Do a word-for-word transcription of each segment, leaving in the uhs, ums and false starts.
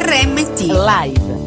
R M T Live.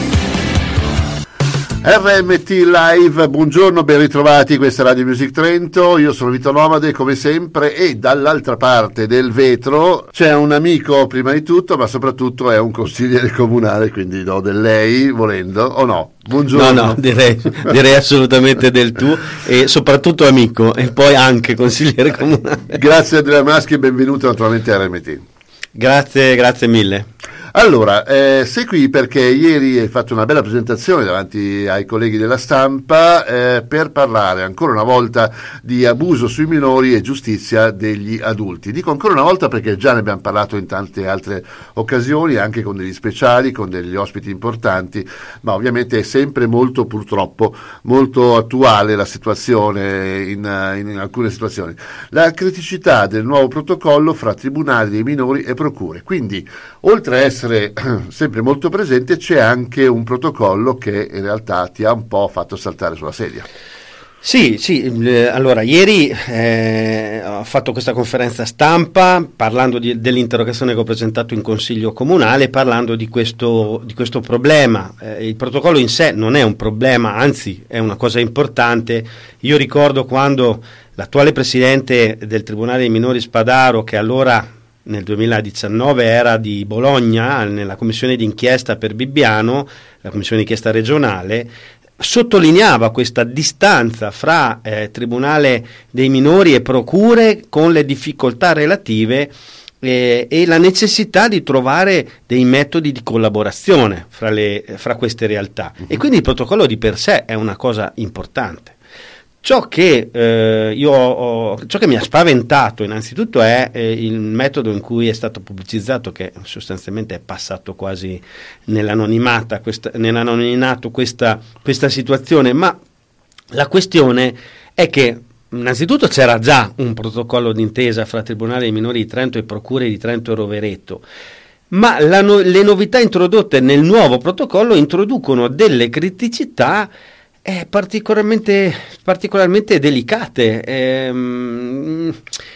R M T Live, buongiorno, ben ritrovati, questa è Radio Music Trento, io sono Vito Nomade come sempre e dall'altra parte del vetro c'è un amico prima di tutto, ma soprattutto è un consigliere comunale, quindi do del lei volendo, o no? Buongiorno. No, no, direi, direi assolutamente del tu e soprattutto amico e poi anche consigliere comunale. Grazie Andrea Maschi e benvenuto naturalmente a R M T. Grazie, grazie mille. Allora, eh, sei qui perché ieri hai fatto una bella presentazione davanti ai colleghi della stampa eh, per parlare ancora una volta di abuso sui minori e giustizia degli adulti. Dico ancora una volta perché già ne abbiamo parlato in tante altre occasioni, anche con degli speciali, con degli ospiti importanti, ma ovviamente è sempre molto, purtroppo, molto attuale la situazione in, in alcune situazioni. La criticità del nuovo protocollo fra tribunali dei minori e procure. Quindi, oltre a essere sempre molto presente, c'è anche un protocollo che in realtà ti ha un po' fatto saltare sulla sedia. Sì, sì, eh, allora ieri eh, ho fatto questa conferenza stampa parlando di, dell'interrogazione che ho presentato in Consiglio Comunale, parlando di questo, di questo problema. Eh, il protocollo in sé non è un problema, anzi è una cosa importante. Io ricordo quando l'attuale presidente del Tribunale dei Minori Spadaro, che allora nel duemiladiciannove era di Bologna, nella commissione d'inchiesta per Bibbiano, la commissione d'inchiesta regionale, sottolineava questa distanza fra eh, Tribunale dei Minori e procure con le difficoltà relative eh, e la necessità di trovare dei metodi di collaborazione fra, le, fra queste realtà. Uh-huh. E quindi il protocollo di per sé è una cosa importante. Ciò che, eh, io ho, ciò che mi ha spaventato innanzitutto è eh, il metodo in cui è stato pubblicizzato, che sostanzialmente è passato quasi nell'anonimata, questa, nell'anonimato questa, questa situazione, ma la questione è che innanzitutto c'era già un protocollo d'intesa fra Tribunale dei Minori di Trento e Procure di Trento e Rovereto, ma la no, le novità introdotte nel nuovo protocollo introducono delle criticità Eh, particolarmente, particolarmente delicate. Ehm,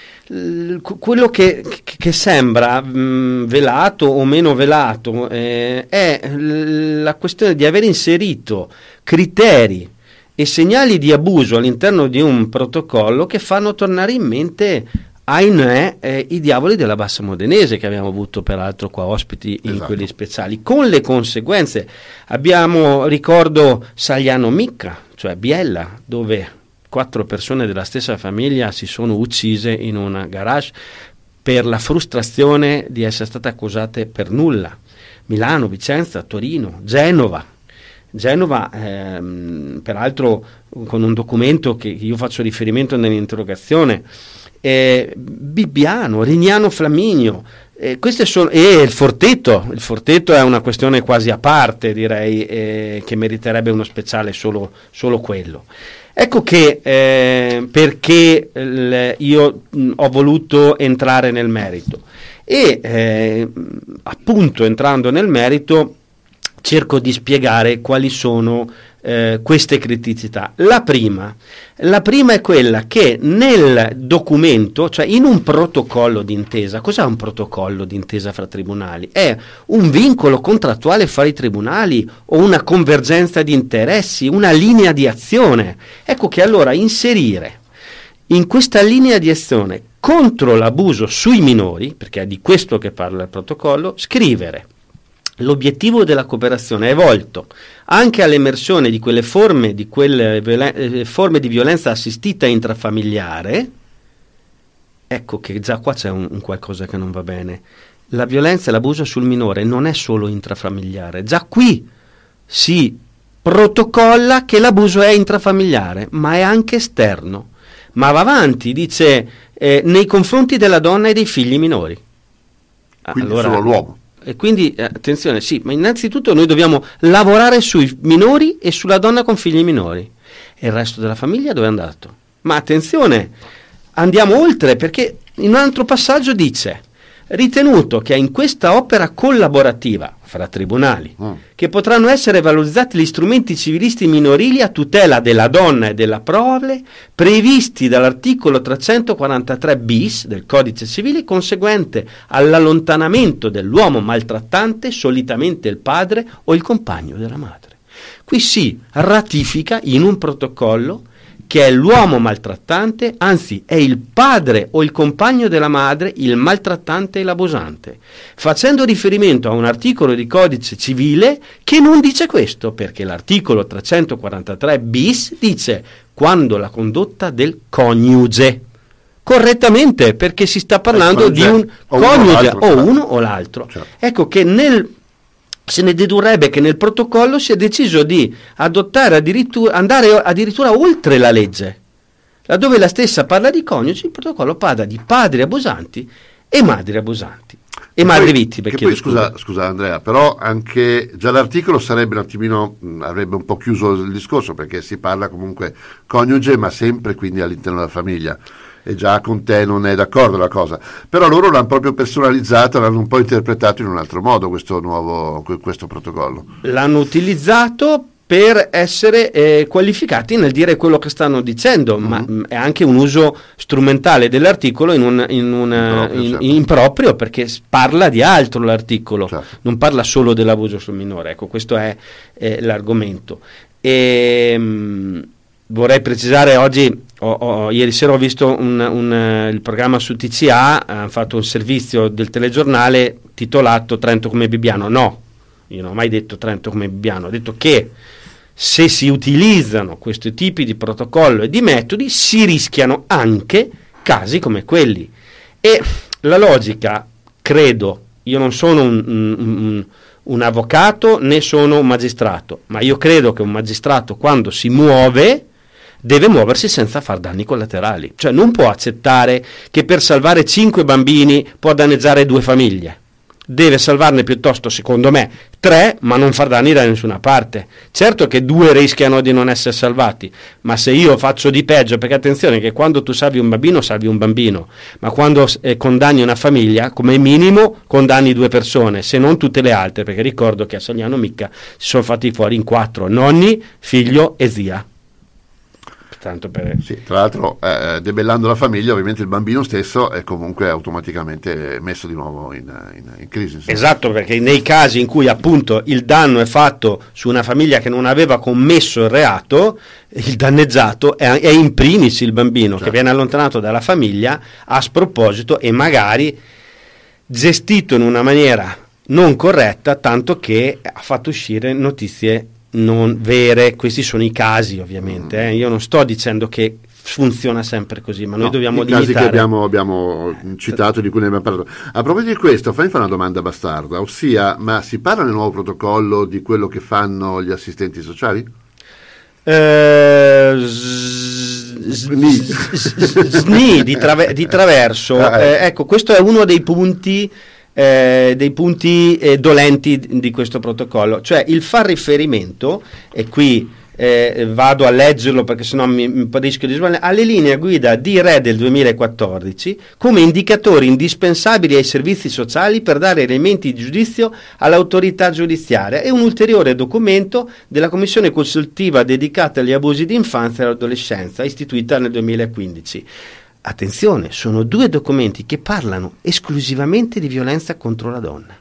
quello che, che sembra mh, velato o meno velato eh, è la questione di aver inserito criteri e segnali di abuso all'interno di un protocollo che fanno tornare in mente, ahimè, eh, i diavoli della Bassa Modenese, che abbiamo avuto peraltro qua ospiti in esatto. quelli speciali, con le conseguenze. Abbiamo, ricordo, Sagliano Micca, cioè Biella, dove quattro persone della stessa famiglia si sono uccise in un garage per la frustrazione di essere state accusate per nulla. Milano, Vicenza, Torino, Genova. Genova, ehm, peraltro con un documento che io faccio riferimento nell'interrogazione, Eh, Bibbiano, Rignano Flaminio, eh, queste sono, e il Forteto. Il Forteto è una questione quasi a parte, direi, eh, che meriterebbe uno speciale solo, solo quello. Ecco che eh, perché l, io mh, ho voluto entrare nel merito e eh, appunto entrando nel merito cerco di spiegare quali sono eh, queste criticità. La prima, la prima è quella che nel documento, cioè in un protocollo d'intesa, cos'è un protocollo d'intesa fra tribunali? È un vincolo contrattuale fra i tribunali o una convergenza di interessi, una linea di azione. Ecco che allora inserire in questa linea di azione contro l'abuso sui minori, perché è di questo che parla il protocollo, scrivere: l'obiettivo della cooperazione è volto anche all'emersione di quelle forme di, quelle violen- forme di violenza assistita intrafamiliare. Ecco che già qua c'è un, un qualcosa che non va bene. La violenza e l'abuso sul minore non è solo intrafamiliare, già qui si protocolla che l'abuso è intrafamiliare, ma è anche esterno. Ma va avanti, dice eh, nei confronti della donna e dei figli minori. Quindi allora, solo l'uomo. E quindi, attenzione, sì, ma innanzitutto noi dobbiamo lavorare sui minori e sulla donna con figli minori. E il resto della famiglia dove è andato? Ma attenzione, andiamo oltre, perché in un altro passaggio dice: ritenuto che in questa opera collaborativa fra tribunali, mm. che potranno essere valorizzati gli strumenti civilisti minorili a tutela della donna e della prole previsti dall'articolo trecentoquarantatré bis del Codice Civile, conseguente all'allontanamento dell'uomo maltrattante, solitamente il padre o il compagno della madre. Qui si ratifica in un protocollo che è l'uomo maltrattante, anzi è il padre o il compagno della madre il maltrattante e l'abusante, facendo riferimento a un articolo di Codice Civile che non dice questo, perché l'articolo trecentoquarantatré bis dice quando la condotta del coniuge, correttamente, perché si sta parlando di un o coniuge uno o, o uno o l'altro. Certo. Ecco che nel se ne dedurrebbe che nel protocollo si è deciso di adottare addirittura, andare addirittura oltre la legge, laddove la stessa parla di coniugi, il protocollo parla di padri abusanti e madri abusanti e madri vittime. Che poi, scusa, scusa Andrea, però anche già l'articolo sarebbe un attimino, mh, avrebbe un po' chiuso il discorso, perché si parla comunque coniuge, ma sempre quindi all'interno della famiglia. E già con te non è d'accordo la cosa, però loro l'hanno proprio personalizzato, l'hanno un po' interpretato in un altro modo questo nuovo questo protocollo. L'hanno utilizzato per essere eh, qualificati nel dire quello che stanno dicendo, mm-hmm. ma mh, è anche un uso strumentale dell'articolo in un in una, improprio, in, certo. improprio, perché parla di altro l'articolo, certo. non parla solo dell'abuso sul minore. Ecco, questo è eh, l'argomento. E, mh, vorrei precisare oggi. Ho, ho, ieri sera ho visto un, un, il programma su T C A, hanno fatto un servizio del telegiornale titolato Trento come Bibbiano. No, io non ho mai detto Trento come Bibbiano, ho detto che se si utilizzano questi tipi di protocollo e di metodi si rischiano anche casi come quelli. E la logica, credo, io non sono un, un, un, un avvocato né sono un magistrato, ma io credo che un magistrato quando si muove deve muoversi senza far danni collaterali, cioè non può accettare che per salvare cinque bambini può danneggiare due famiglie, deve salvarne piuttosto, secondo me, tre, ma non far danni da nessuna parte. Certo che due rischiano di non essere salvati, ma se io faccio di peggio, perché attenzione che quando tu salvi un bambino, salvi un bambino, ma quando eh, condanni una famiglia, come minimo condanni due persone, se non tutte le altre, perché ricordo che a Sogliano Micca si sono fatti fuori in quattro, nonni, figlio e zia. Tanto per... Sì, tra l'altro eh, debellando la famiglia ovviamente il bambino stesso è comunque automaticamente messo di nuovo in, in, in crisi. Insomma. Esatto, perché nei casi in cui appunto il danno è fatto su una famiglia che non aveva commesso il reato, il danneggiato è, è in primis il bambino, certo. che viene allontanato dalla famiglia a sproposito e magari gestito in una maniera non corretta, tanto che ha fatto uscire notizie non vere. Questi sono i casi ovviamente, eh. io non sto dicendo che funziona sempre così, ma noi no, dobbiamo i limitare. casi che abbiamo, abbiamo citato, di cui ne abbiamo parlato. A proposito di questo, fammi fare una domanda bastarda, ossia, ma si parla nel nuovo protocollo di quello che fanno gli assistenti sociali? Eh, sni di, traver- di traverso, ah, eh. Eh, ecco, questo è uno dei punti Eh, dei punti eh, dolenti di questo protocollo, cioè il far riferimento, e qui eh, vado a leggerlo perché sennò mi, mi rischio di sbagliare, alle linee guida di Re del duemilaquattordici come indicatori indispensabili ai servizi sociali per dare elementi di giudizio all'autorità giudiziaria, e un ulteriore documento della commissione consultiva dedicata agli abusi di infanzia e all'adolescenza istituita nel duemilaquindici. Attenzione, sono due documenti che parlano esclusivamente di violenza contro la donna.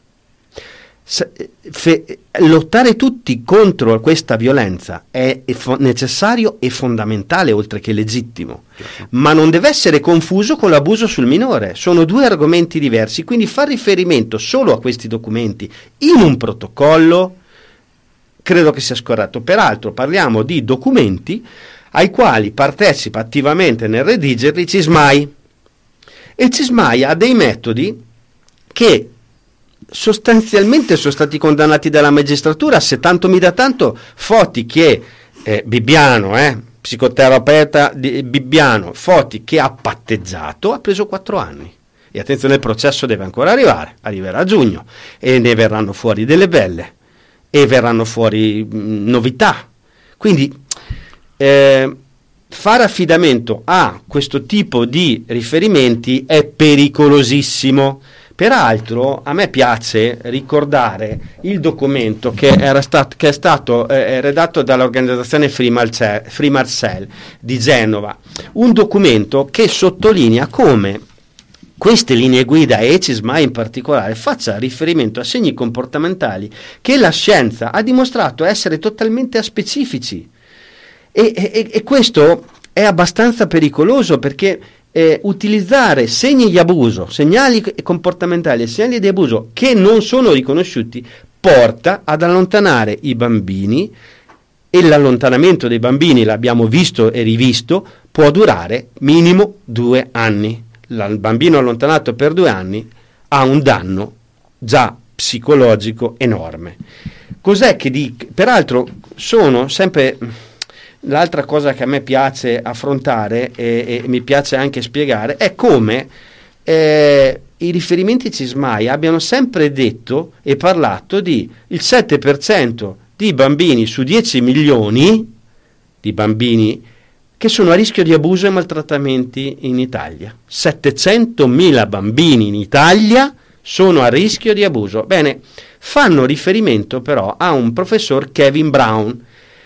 Fe, lottare tutti contro questa violenza è fo- necessario e fondamentale, oltre che legittimo, ma non deve essere confuso con l'abuso sul minore. Sono due argomenti diversi, quindi far riferimento solo a questi documenti in un protocollo credo che sia scorretto. Peraltro parliamo di documenti ai quali partecipa attivamente nel redigerli C I S M A I, e C I S M A I ha dei metodi che sostanzialmente sono stati condannati dalla magistratura. Se tanto mi dà tanto, Foti che eh, Bibbiano, eh, psicoterapeuta di Bibbiano, Foti che ha patteggiato, ha preso quattro anni. E attenzione, il processo deve ancora arrivare, arriverà a giugno e ne verranno fuori delle belle e verranno fuori mh, novità. Quindi Eh, fare affidamento a questo tipo di riferimenti è pericolosissimo, Peraltro a me piace ricordare il documento che, era stat- che è stato eh, redatto dall'organizzazione Free Marcel, Free Marcel di Genova, un documento che sottolinea come queste linee guida e C I S M A in particolare faccia riferimento a segni comportamentali che la scienza ha dimostrato essere totalmente aspecifici, e, e, e questo è abbastanza pericoloso, perché eh, utilizzare segni di abuso, segnali comportamentali e segnali di abuso che non sono riconosciuti porta ad allontanare i bambini, e l'allontanamento dei bambini, l'abbiamo visto e rivisto, può durare minimo due anni. Il bambino allontanato per due anni ha un danno già psicologico enorme. Cos'è che dico? Peraltro sono sempre... L'altra cosa che a me piace affrontare e, e mi piace anche spiegare è come eh, i riferimenti C I S M A I abbiano sempre detto e parlato di il sette per cento di bambini su dieci milioni di bambini che sono a rischio di abuso e maltrattamenti in Italia. settecentomila bambini in Italia sono a rischio di abuso. Bene, fanno riferimento però a un professor, Kevin Brown,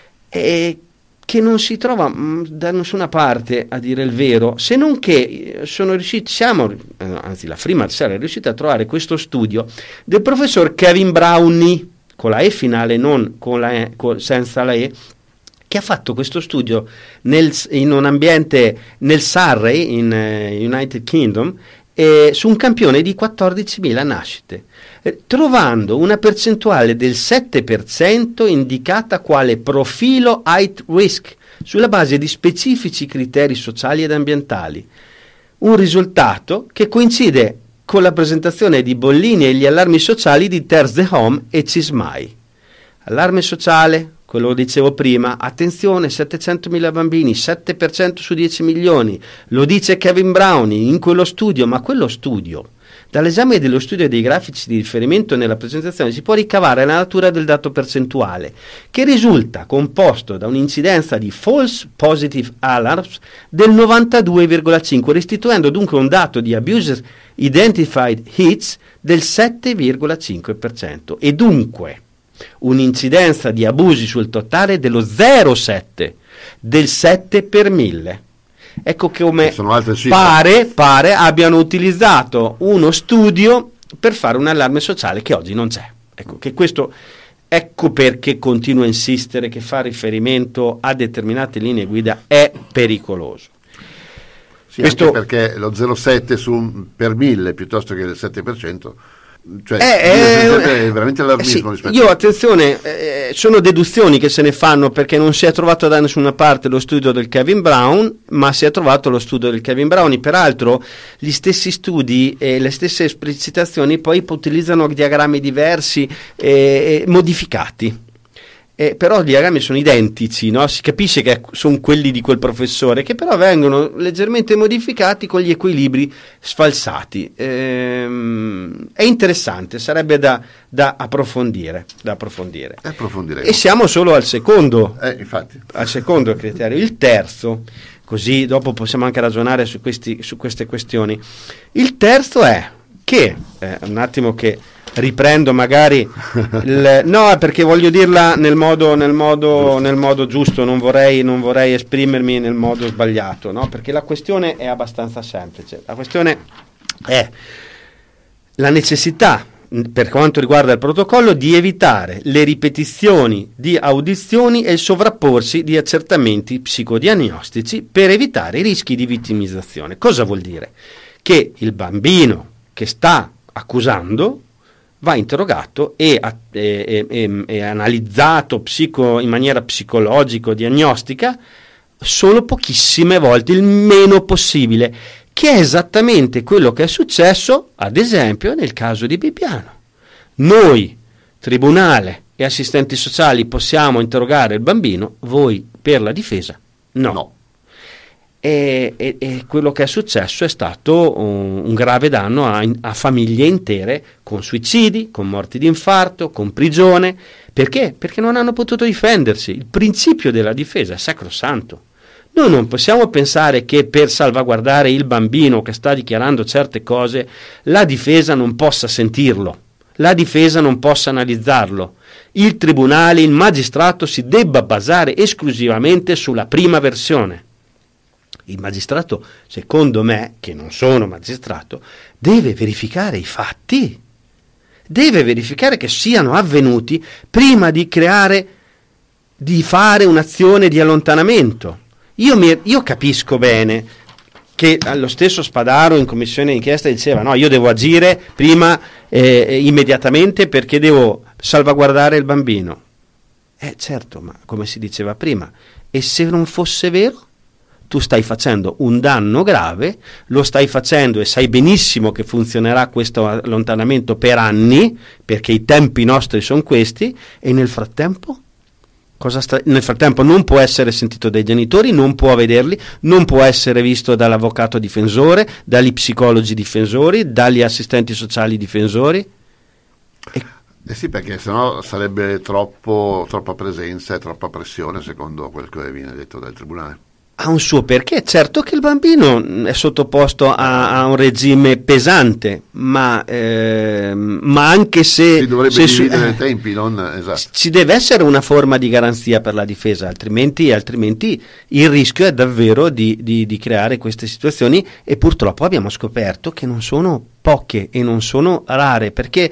e che non si trova mh, da nessuna parte, a dire il vero, se non che sono riusciti, siamo, eh, anzi la Free Marcel è riuscita a trovare questo studio del professor Kevin Brownie, con la E finale, non con la E, con, senza la E, che ha fatto questo studio nel, in un ambiente nel Surrey, in uh, United Kingdom, eh, su un campione di quattordicimila nascite, eh, trovando una percentuale del sette per cento indicata quale profilo high risk sulla base di specifici criteri sociali ed ambientali. Un risultato che coincide con la presentazione di bollini e gli allarmi sociali di Terz the Home e C I S M A I. Allarme sociale, quello che dicevo prima, attenzione, settecentomila bambini, sette per cento su dieci milioni, lo dice Kevin Brownie in quello studio, ma quello studio, dall'esame dello studio dei grafici di riferimento nella presentazione si può ricavare la natura del dato percentuale, che risulta composto da un'incidenza di false positive alarms del novantadue virgola cinque, restituendo dunque un dato di abuser identified hits del sette virgola cinque per cento, e dunque un'incidenza di abusi sul totale dello zero virgola sette, del sette per mille. Ecco come pare, pare abbiano utilizzato uno studio per fare un allarme sociale che oggi non c'è. Ecco che questo, ecco perché continuo a insistere che fare riferimento a determinate linee guida è pericoloso. Sì, questo, anche perché lo zero virgola sette su, per mille piuttosto che il sette per cento, cioè è, è, è veramente allarmismo. Eh sì, io attenzione, eh, sono deduzioni che se ne fanno, perché non si è trovato da nessuna parte lo studio del Kevin Brown, ma si è trovato lo studio del Kevin Brownie. Peraltro gli stessi studi e le stesse esplicitazioni poi utilizzano diagrammi diversi e, e modificati. Eh, però gli diagrammi sono identici, no? Si capisce che sono quelli di quel professore, che però vengono leggermente modificati con gli equilibri sfalsati. Ehm, è interessante, sarebbe da, da approfondire, da approfondire. E siamo solo al secondo, eh, infatti. al secondo criterio. Il terzo, così dopo possiamo anche ragionare su, questi, su queste questioni. Il terzo è che, eh, un attimo che riprendo magari il, no, perché voglio dirla nel modo, nel modo, nel modo giusto, non vorrei, non vorrei esprimermi nel modo sbagliato, no? Perché la questione è abbastanza semplice. La questione è la necessità, per quanto riguarda il protocollo, di evitare le ripetizioni di audizioni e il sovrapporsi di accertamenti psicodiagnostici per evitare i rischi di vittimizzazione. Cosa vuol dire? Che il bambino che sta accusando va interrogato e, e, e, e analizzato psico, in maniera psicologico-diagnostica solo pochissime volte, il meno possibile, che è esattamente quello che è successo, ad esempio, nel caso di Bibbiano. Noi, tribunale e assistenti sociali, possiamo interrogare il bambino, voi per la difesa no. no. E, e, e quello che è successo è stato un, un grave danno a, a famiglie intere, con suicidi, con morti di infarto, con prigione. Perché? Perché non hanno potuto difendersi. Il principio della difesa è sacrosanto. Noi non possiamo pensare che per salvaguardare il bambino che sta dichiarando certe cose la difesa non possa sentirlo, la difesa non possa analizzarlo. Il tribunale, il magistrato si debba basare esclusivamente sulla prima versione. Il magistrato, secondo me, che non sono magistrato, deve verificare i fatti, deve verificare che siano avvenuti prima di creare, di fare un'azione di allontanamento. Io, mi, io capisco bene che lo stesso Spadaro in commissione d'inchiesta diceva no, io devo agire prima eh, immediatamente perché devo salvaguardare il bambino. Eh certo, ma come si diceva prima, e se non fosse vero? Tu stai facendo un danno grave, lo stai facendo e sai benissimo che funzionerà questo allontanamento per anni, perché i tempi nostri sono questi, e nel frattempo? Cosa sta, nel frattempo non può essere sentito dai genitori, non può vederli, non può essere visto dall'avvocato difensore, dagli psicologi difensori, dagli assistenti sociali difensori. E... Eh sì, perché sennò sarebbe troppo, troppa presenza e troppa pressione, secondo quel che viene detto dal tribunale. Ha un suo perché, certo che il bambino è sottoposto a, a un regime pesante, ma, eh, ma anche se... Si dovrebbe se dividere su, i tempi, non... Esatto. Ci deve essere una forma di garanzia per la difesa, altrimenti, altrimenti il rischio è davvero di, di, di creare queste situazioni, e purtroppo abbiamo scoperto che non sono poche e non sono rare, perché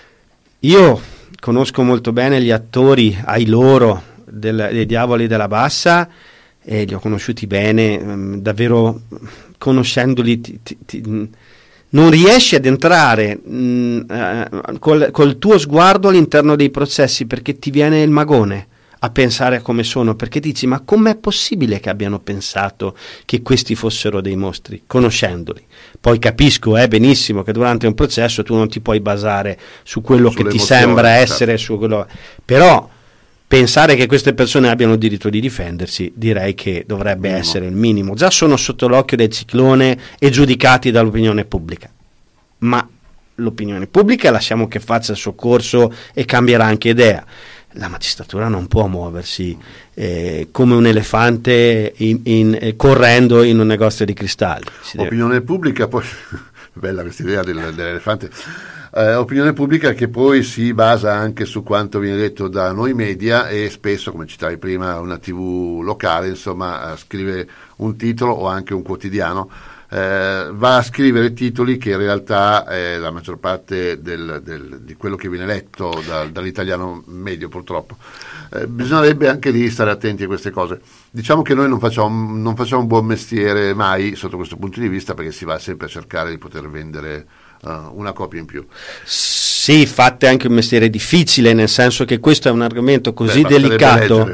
io conosco molto bene gli attori, ai loro, del, dei Diavoli della Bassa, e li ho conosciuti bene, mh, davvero conoscendoli ti, ti, ti, non riesci ad entrare mh, eh, col, col tuo sguardo all'interno dei processi, perché ti viene il magone a pensare a come sono, perché dici ma com'è possibile che abbiano pensato che questi fossero dei mostri, conoscendoli. Poi capisco eh, benissimo che durante un processo tu non ti puoi basare su quello Sulle che ti emozioni, sembra certo. essere, su quello, però pensare che queste persone abbiano il diritto di difendersi, direi che dovrebbe minimo. essere il minimo. Già sono sotto l'occhio del ciclone e giudicati dall'opinione pubblica, ma l'opinione pubblica lasciamo che faccia il suo corso e cambierà anche idea. La magistratura non può muoversi eh, come un elefante in, in, eh, correndo in un negozio di cristalli. Si opinione deve... pubblica, poi bella questa idea del, dell'elefante. Eh, opinione pubblica che poi si basa anche su quanto viene detto da noi media, e spesso, come citavi prima, una tivù locale, insomma, eh, scrive un titolo, o anche un quotidiano, eh, va a scrivere titoli che in realtà eh, la maggior parte del, del, di quello che viene letto da, dall'italiano medio, purtroppo. Eh, bisognerebbe anche lì stare attenti a queste cose. Diciamo che noi non facciamo, non facciamo un buon mestiere mai sotto questo punto di vista, perché si va sempre a cercare di poter vendere Uh, una copia in più. Sì, fate anche un mestiere difficile, nel senso che questo è un argomento così Beh, delicato.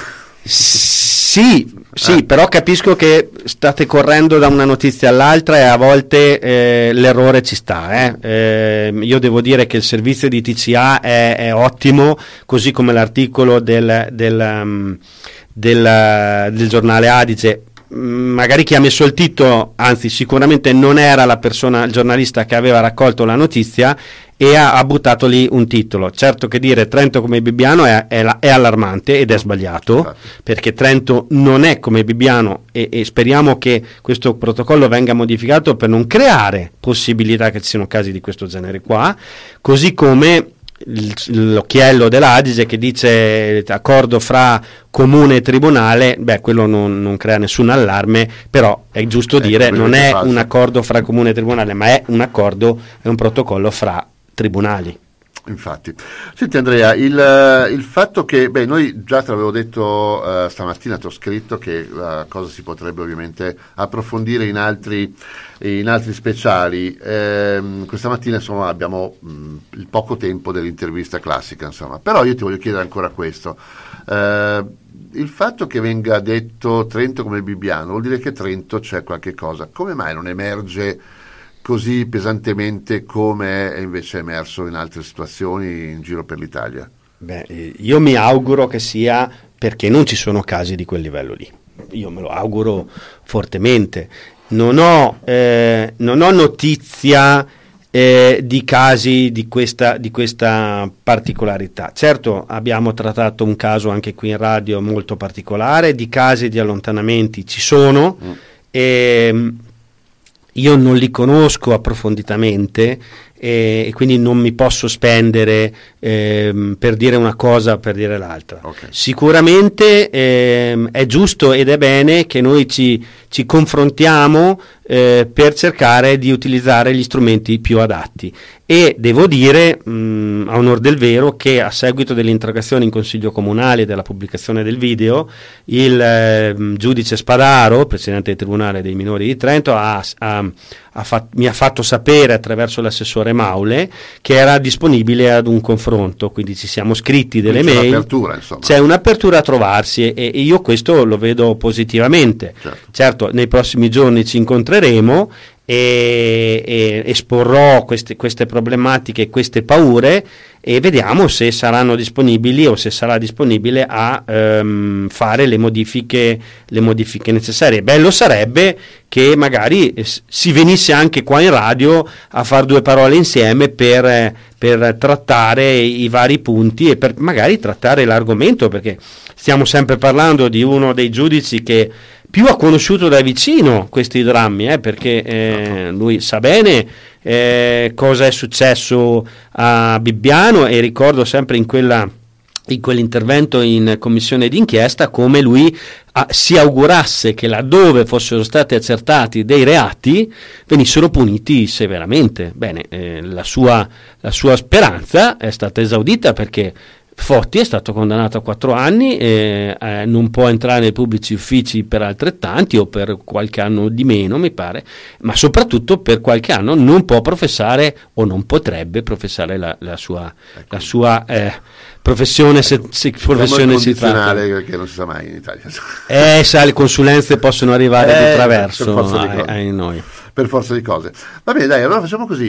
Sì, sì, eh. Però capisco che state correndo da una notizia all'altra e a volte eh, l'errore ci sta. Eh. Eh, io devo dire che il servizio di T C A è, è ottimo, così come l'articolo del, del, um, del, del giornale Adige. Magari chi ha messo il titolo, anzi sicuramente non era la persona, il giornalista che aveva raccolto la notizia, e ha, ha buttato lì un titolo. Certo che dire Trento come Bibbiano è, è, è allarmante ed è sbagliato, perché Trento non è come Bibbiano, e, e speriamo che questo protocollo venga modificato per non creare possibilità che ci siano casi di questo genere qua, così come l'occhiello dell'Adige che dice accordo fra comune e tribunale. Beh, quello non, non crea nessun allarme, però è giusto ecco, dire non è un accordo fra comune e tribunale, ma è un accordo, è un protocollo fra tribunali. Infatti. Senti Andrea, il, il fatto che, beh, noi già te l'avevo detto uh, stamattina, ti ho scritto che la uh, cosa si potrebbe ovviamente approfondire in altri, in altri speciali. Eh, questa mattina insomma abbiamo mh, il poco tempo dell'intervista classica, insomma, però io ti voglio chiedere ancora questo. Uh, il fatto che venga detto Trento come Bibbiano vuol dire che Trento c'è qualche cosa. Come mai non emerge così pesantemente come è invece emerso in altre situazioni in giro per l'Italia? Beh, io mi auguro che sia perché non ci sono casi di quel livello lì. Io me lo auguro fortemente. Non ho, eh, non ho notizia eh, di casi di questa, di questa particolarità. Certo, abbiamo trattato un caso anche qui in radio molto particolare, di casi di allontanamenti ci sono, mm. e io non li conosco approfonditamente e quindi non mi posso spendere ehm, per dire una cosa o per dire l'altra. Okay. Sicuramente ehm, è giusto ed è bene che noi ci, ci confrontiamo eh, per cercare di utilizzare gli strumenti più adatti, e devo dire mh, a onor del vero che a seguito dell'interrogazione in Consiglio Comunale e della pubblicazione del video, il eh, giudice Spadaro, presidente del Tribunale dei Minori di Trento, ha, ha, ha fat, mi ha fatto sapere attraverso l'assessore Maule che era disponibile ad un confronto, quindi ci siamo scritti delle quindi mail, c'è un'apertura, insomma. C'è un'apertura a trovarsi, e, e io questo lo vedo positivamente. Certo. Certo, nei prossimi giorni ci incontreremo e, e esporrò queste, queste problematiche, queste paure, e vediamo se saranno disponibili o se sarà disponibile a ehm, fare le modifiche, le modifiche necessarie. Bello sarebbe che magari eh, si venisse anche qua in radio a fare due parole insieme per, per trattare i vari punti e per magari trattare l'argomento, perché stiamo sempre parlando di uno dei giudici che più ha conosciuto da vicino questi drammi, eh, perché eh, lui sa bene eh, cosa è successo a Bibbiano, e ricordo sempre in quella in quell'intervento in commissione d'inchiesta come lui ah, si augurasse che laddove fossero stati accertati dei reati venissero puniti severamente. Bene, eh, la sua, la sua speranza è stata esaudita, perché Fotti è stato condannato a quattro anni e eh, non può entrare nei pubblici uffici per altrettanti, o per qualche anno di meno mi pare, ma soprattutto per qualche anno non può professare o non potrebbe professare la, la sua, ecco. la sua eh, professione, se, se professione si tratta, perché non si sa mai in Italia. Eh, sa, le consulenze possono arrivare eh, di traverso per forza di ai, ai noi. Per forza di cose. Va bene, dai, allora facciamo così.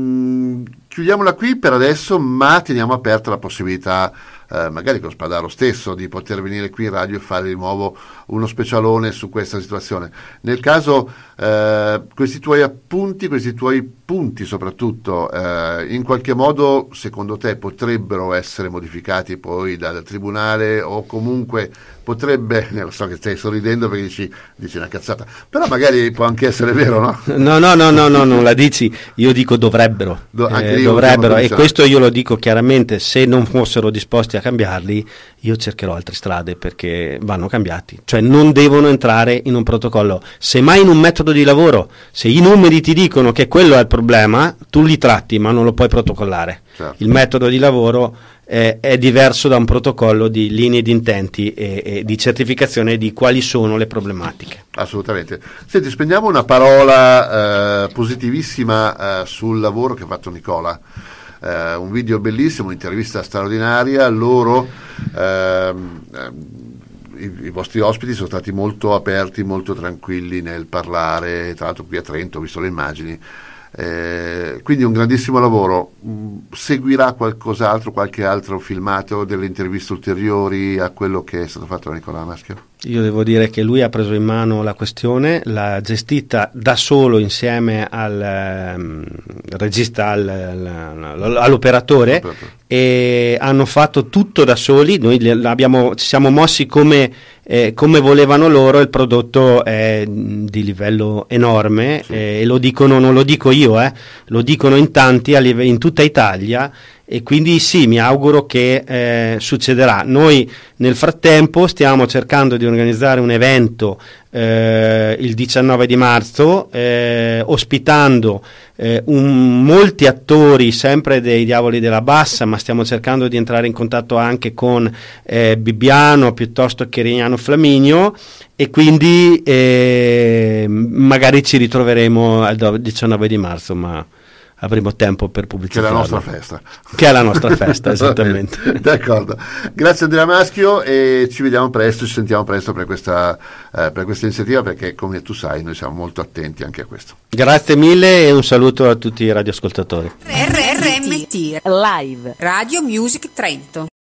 Mm, chiudiamola qui per adesso, ma teniamo aperta la possibilità, eh, magari con Spadaro stesso, di poter venire qui in radio e fare di nuovo uno specialone su questa situazione. Nel caso eh, questi tuoi appunti, questi tuoi punti soprattutto, eh, in qualche modo secondo te potrebbero essere modificati poi dal tribunale, o comunque potrebbe, lo so che stai sorridendo perché dici, dici una cazzata, però magari può anche essere vero, no? No, no, no, no, no, non la dici, io dico dovrebbero, Do, anche eh, dovrebbero, e questo io lo dico chiaramente. Se non fossero disposti a cambiarli, io cercherò altre strade, perché vanno cambiati, cioè non devono entrare in un protocollo. Se mai in un metodo di lavoro, se i numeri ti dicono che quello è il problema, tu li tratti, ma non lo puoi protocollare. Certo. Il metodo di lavoro eh, è diverso da un protocollo di linee di intenti e, e di certificazione di quali sono le problematiche. Assolutamente. Senti, spendiamo una parola eh, positivissima eh, sul lavoro che ha fatto Nicola. Uh, un video bellissimo, un'intervista straordinaria. Loro, ehm, i, i vostri ospiti sono stati molto aperti, molto tranquilli nel parlare, tra l'altro qui a Trento ho visto le immagini, eh, quindi un grandissimo lavoro. Mm, seguirà qualcos'altro, qualche altro filmato, delle interviste ulteriori a quello che è stato fatto da Nicola Maschio? Io devo dire che lui ha preso in mano la questione, l'ha gestita da solo insieme al um, regista, al, al, all'operatore, e hanno fatto tutto da soli. Noi abbiamo, ci siamo mossi come, eh, come volevano loro. Il prodotto è di livello enorme, sì. eh, e lo dicono, non lo dico io, eh, lo dicono in tanti a live, in tutta Italia. E quindi sì, mi auguro che eh, succederà. Noi nel frattempo stiamo cercando di organizzare un evento eh, il diciannove di marzo, eh, ospitando eh, un, molti attori sempre dei Diavoli della Bassa, ma stiamo cercando di entrare in contatto anche con eh, Bibbiano piuttosto che Rignano Flaminio, e quindi eh, magari ci ritroveremo al diciannove di marzo, ma avremo tempo per pubblicizzarlo. Che è la nostra festa. Che è la nostra festa, esattamente. D'accordo. Grazie Andrea Maschio, e ci vediamo presto, ci sentiamo presto per questa, eh, per questa iniziativa, perché come tu sai noi siamo molto attenti anche a questo. Grazie mille e un saluto a tutti i radioascoltatori. R R M T Live Radio Music Trento.